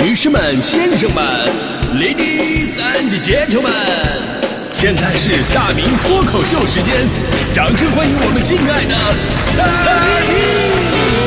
女士们、先生们 ，Ladies and Gentlemen， 现在是大明脱口秀时间，掌声欢迎我们敬爱的大明！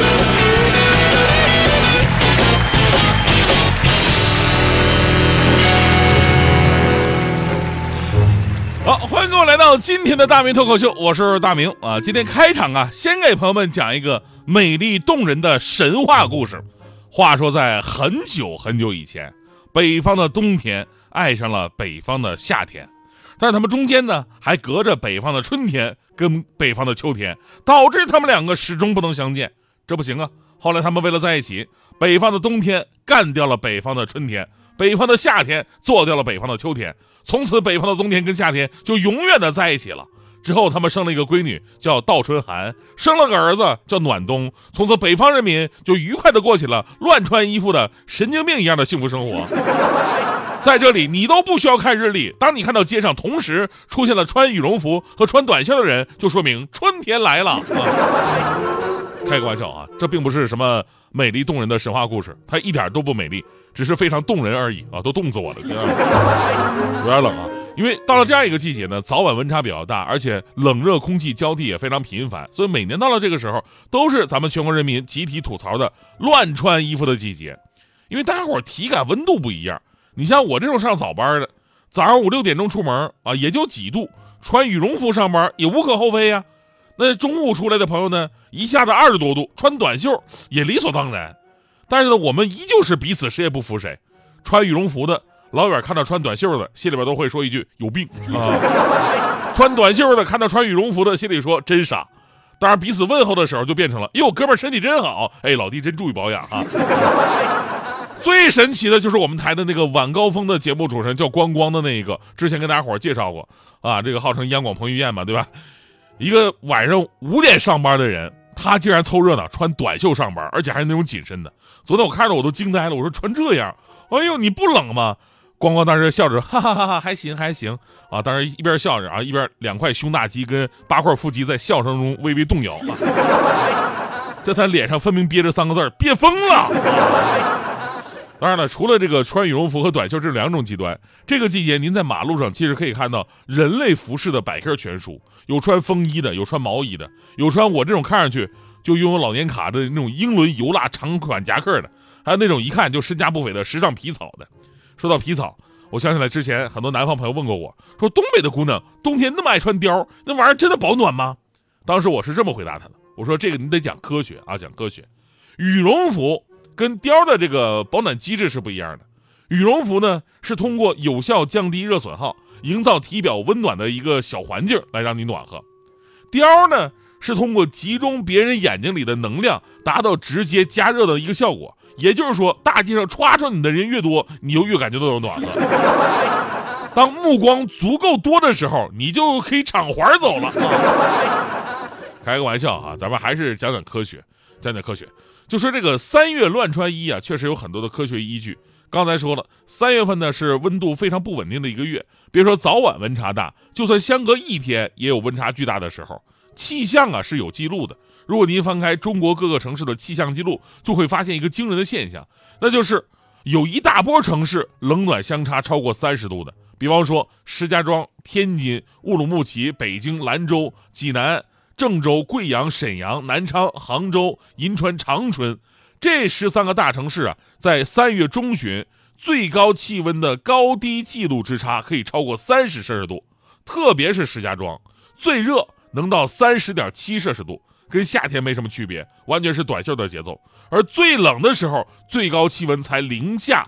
好，欢迎各位来到今天的大明脱口秀，我是大明啊。今天开场啊，先给朋友们讲一个美丽动人的神话故事。话说在很久很久以前，北方的冬天爱上了北方的夏天，但是他们中间呢还隔着北方的春天跟北方的秋天，导致他们两个始终不能相见。这不行啊，后来他们为了在一起，北方的冬天干掉了北方的春天，北方的夏天做掉了北方的秋天，从此北方的冬天跟夏天就永远的在一起了。之后他们生了一个闺女叫倒春寒，生了个儿子叫暖冬，从此北方人民就愉快的过起了乱穿衣服的神经病一样的幸福生活。在这里你都不需要看日历，当你看到街上同时出现了穿羽绒服和穿短袖的人，就说明春天来了开个玩笑啊，这并不是什么美丽动人的神话故事，它一点都不美丽，只是非常动人而已啊，都冻死我了，有点冷啊。因为到了这样一个季节呢，早晚温差比较大，而且冷热空气交替也非常频繁，所以每年到了这个时候，都是咱们全国人民集体吐槽的乱穿衣服的季节。因为大家伙体感温度不一样，你像我这种上早班的，早上5、6点钟出门啊，也就几度，穿羽绒服上班也无可厚非呀。那中午出来的朋友呢，一下子20多度，穿短袖也理所当然。但是呢，我们依旧是彼此谁也不服谁。穿羽绒服的老远看到穿短袖的，心里边都会说一句有病啊！穿短袖的看到穿羽绒服的，心里说真傻。当然彼此问候的时候就变成了哟，哥们儿身体真好，哎，老弟真注意保养啊！最神奇的就是我们台的那个晚高峰的节目主持人叫光光的那一个，之前跟大家伙介绍过啊，这个号称央广彭于晏嘛，对吧？一个晚上5点上班的人，他竟然凑热闹穿短袖上班，而且还是那种紧身的。昨天我看着我都惊呆了，我说穿这样，哎呦你不冷吗？光光当时笑着，哈哈哈哈，还行还行啊！当时一边笑着啊，一边2块胸大肌跟8块腹肌在笑声中微微动摇在他脸上分明憋着3个字：憋疯了。当然了，除了这个穿羽绒服和短袖这2种极端，这个季节您在马路上其实可以看到人类服饰的百科全书，有穿风衣的，有穿毛衣的，有穿我这种看上去就拥有老年卡的那种英伦油蜡长款夹克的，还有那种一看就身价不菲的时尚皮草的。说到皮草，我想起来之前很多南方朋友问过我，说东北的姑娘冬天那么爱穿貂，那玩意儿真的保暖吗？当时我是这么回答他的，我说这个你得讲科学啊，讲科学。羽绒服跟貂的这个保暖机制是不一样的。羽绒服呢是通过有效降低热损耗，营造体表温暖的一个小环境来让你暖和。貂呢是通过集中别人眼睛里的能量，达到直接加热的一个效果。也就是说，大街上歘着你的人越多，你就越感觉到有暖和。当目光足够多的时候，你就可以敞怀走了。开个玩笑啊，咱们还是讲讲科学，讲讲科学。就说这个3月乱穿衣啊，确实有很多的科学依据。刚才说了，3月份呢是温度非常不稳定的一个月，别说早晚温差大，就算相隔1天也有温差巨大的时候。气象啊是有记录的，如果您翻开中国各个城市的气象记录，就会发现一个惊人的现象，那就是有一大波城市冷暖相差超过30度的，比方说石家庄、天津、乌鲁木齐、北京、兰州、济南、郑州、贵阳、沈阳、南昌、杭州、银川、长春，这13个大城市啊，在3月中旬最高气温的高低记录之差可以超过30摄氏度，特别是石家庄最热能到30.7摄氏度，跟夏天没什么区别，完全是短袖的节奏。而最冷的时候，最高气温才零下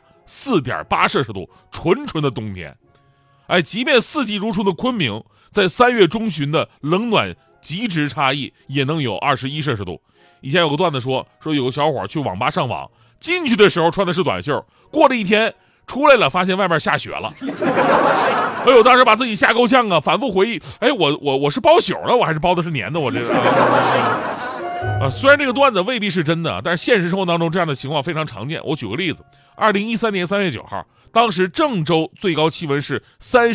4.8摄氏度，纯纯的冬天。哎，即便4季如春的昆明，在3月中旬的冷暖极值差异也能有21摄氏度。以前有个段子说有个小伙去网吧上网，进去的时候穿的是短袖，过了1天出来了，发现外面下雪了。哎呦，当时把自己吓够呛啊！反复回忆，哎，我是包宿了，我还是包的是年的？我这个虽然这个段子未必是真的，但是现实生活当中这样的情况非常常见。我举个例子，2013年3月9号，当时郑州最高气温是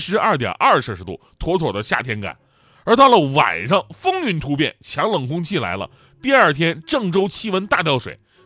32.2摄氏度，妥妥的夏天感。而到了晚上，风云突变，强冷空气来了。第2天，郑州气温大掉水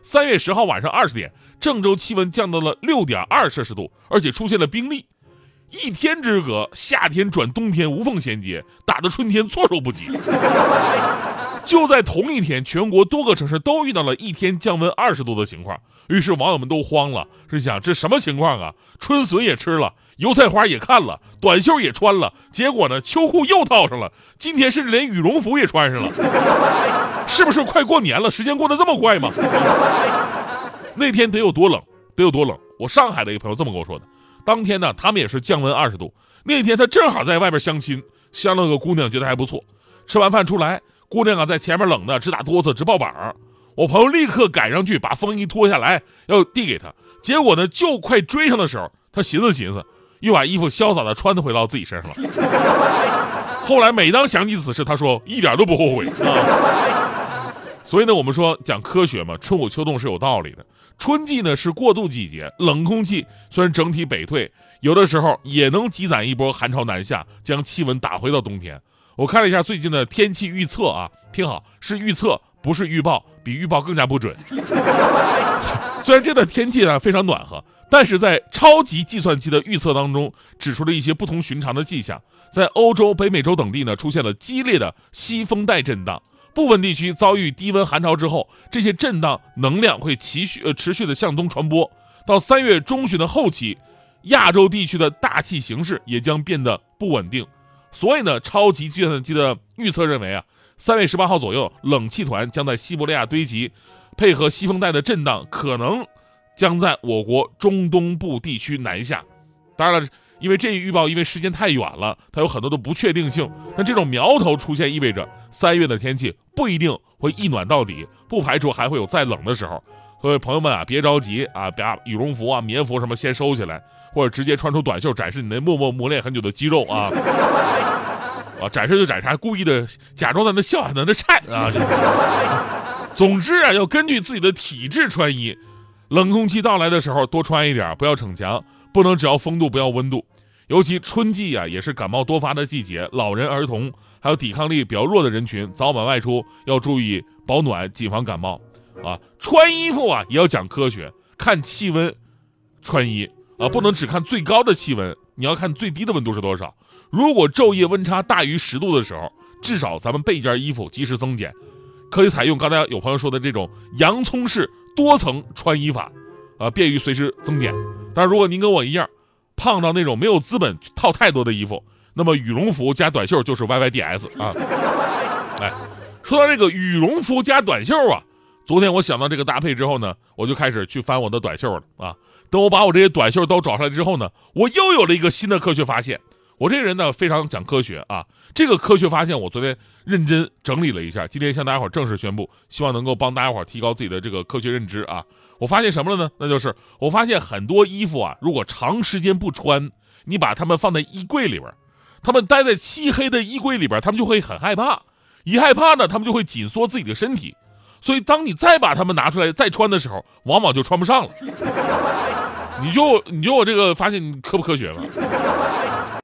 3月10号晚上20点，郑州气温降到了6.2摄氏度，而且出现了冰粒。一天之隔，夏天转冬天无缝衔接，打得春天措手不及。就在同一天，全国多个城市都遇到了一天降温20度的情况，于是网友们都慌了，是想这什么情况啊？春笋也吃了，油菜花也看了，短袖也穿了，结果呢，秋裤又套上了，今天甚至连羽绒服也穿上了，是不是快过年了？时间过得这么快吗？那天得有多冷？得有多冷？我上海的一个朋友这么跟我说的。当天呢，他们也是降温20度。那天他正好在外边相亲，相了个姑娘，觉得还不错。吃完饭出来，姑娘啊在前面冷的直打哆嗦，直抱膀。我朋友立刻赶上去，把风衣脱下来要递给他。结果呢，就快追上的时候，他寻思寻思，又把衣服潇洒的穿回到自己身上了。后来每当想起此事，他说一点都不后悔啊。所以呢，我们说讲科学嘛，春捂秋冻是有道理的。春季呢是过渡季节，冷空气虽然整体北退，有的时候也能积攒一波寒潮南下，将气温打回到冬天。我看了一下最近的天气预测啊，听好，是预测，不是预报，比预报更加不准。虽然这段天气呢非常暖和，但是在超级计算机的预测当中，指出了一些不同寻常的迹象。在欧洲、北美洲等地呢，出现了激烈的西风带震荡。部分地区遭遇低温寒潮之后，这些震荡能量会持续的向东传播。到3月中旬的后期，亚洲地区的大气形势也将变得不稳定。所以呢，超级计算机的预测认为啊，3月18号左右，冷气团将在西伯利亚堆积，配合西风带的震荡，可能将在我国中东部地区南下。当然了，因为这一预报因为时间太远了，它有很多的不确定性。那这种苗头出现，意味着3月的天气不一定会一暖到底，不排除还会有再冷的时候。所以朋友们啊，别着急啊，把羽绒服啊、棉服什么先收起来，或者直接穿出短袖展示你那默默磨练很久的肌肉啊。啊，展示就展示，还故意的假装在那笑，还在那颤啊。总之啊，要根据自己的体质穿衣。冷空气到来的时候多穿一点，不要逞强，不能只要风度不要温度。尤其春季啊，也是感冒多发的季节，老人、儿童还有抵抗力比较弱的人群，早晚外出要注意保暖，谨防感冒啊。穿衣服啊也要讲科学，看气温穿衣啊，不能只看最高的气温，你要看最低的温度是多少。如果昼夜温差大于10度的时候，至少咱们备一件衣服，及时增减。可以采用刚才有朋友说的这种洋葱式多层穿衣法，便于随时增减。当然，如果您跟我一样胖到那种没有资本套太多的衣服，那么羽绒服加短袖就是 YYDS 啊。哎，说到这个羽绒服加短袖啊，昨天我想到这个搭配之后呢，我就开始去翻我的短袖了啊。等我把我这些短袖都找出来之后呢，我又有了一个新的科学发现。我这个人呢非常讲科学啊，这个科学发现我昨天认真整理了一下，今天向大家伙正式宣布，希望能够帮大家伙提高自己的这个科学认知啊。我发现什么了呢？那就是我发现很多衣服啊，如果长时间不穿，你把它们放在衣柜里边，他们待在漆黑的衣柜里边，他们就会很害怕，一害怕呢，他们就会紧缩自己的身体，所以当你再把它们拿出来再穿的时候，往往就穿不上了。你就我这个发现科不科学吧？